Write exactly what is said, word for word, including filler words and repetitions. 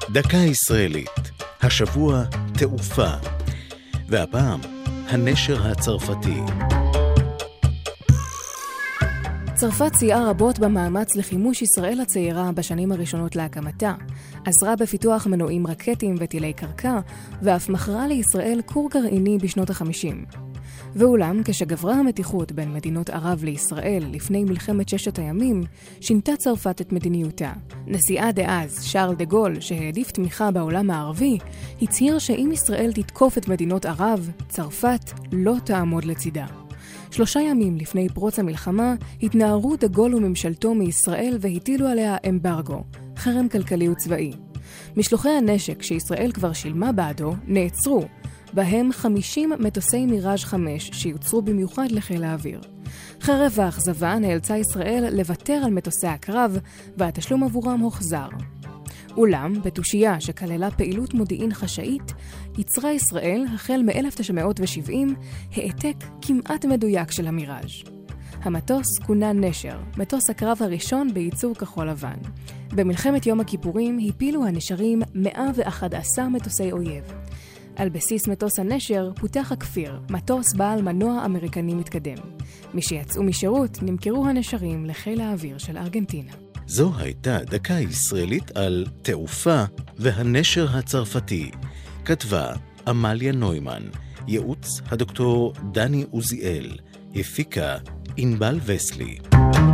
דקה ישראלית, השבוע תעופה, והפעם הנשר הצרפתי. צרפת סייעה רבות במאמץ לחימוש ישראל הצעירה בשנים הראשונות להקמתה, עזרה בפיתוח מנועים רקטיים וטילי קרקע, ואף מכרה לישראל כור גרעיני בשנות החמישים. ואולם, כשגברה המתיחות בין מדינות ערב לישראל לפני מלחמת ששת הימים, שינתה צרפת את מדיניותה. נשיאה דאז, שארל דה גול, שהעדיף תמיכה בעולם הערבי, הצהיר שאם ישראל תתקוף את מדינות ערב, צרפת לא תעמוד לצידה. שלושה ימים לפני פרוץ המלחמה, התנערו דה גול וממשלתו מישראל והטילו עליה אמברגו, חרם כלכלי וצבאי. משלוחי הנשק שישראל כבר שילמה בעדו נעצרו, בהם חמישים מטוסי מיראז' חמש שיוצרו במיוחד לחיל האוויר. חרף האכזבה נאלצה ישראל לוותר על מטוסי הקרב, והתשלום עבורם הוחזר. אולם, בתושייה שכללה פעילות מודיעין חשאית, יצרה ישראל, החל מ-אלף תשע מאות שבעים, העתק כמעט מדויק של המיראז'. המטוס כונה נשר, מטוס הקרב הראשון בייצור כחול לבן. במלחמת יום הכיפורים הפילו הנשרים מאה ואחד עשר מטוסי אויב. על בסיס מטוס הנשר פותח הכפיר, מטוס בעל מנוע אמריקני מתקדם. משיצאו משירות נמכרו הנשרים לחיל האוויר של ארגנטינה. זו הייתה דקה ישראלית על תעופה והנשר הצרפתי. כתבה אמליה נוימן, ייעוץ הדוקטור דני עוזיאל, הפיקה ענבל וסלי.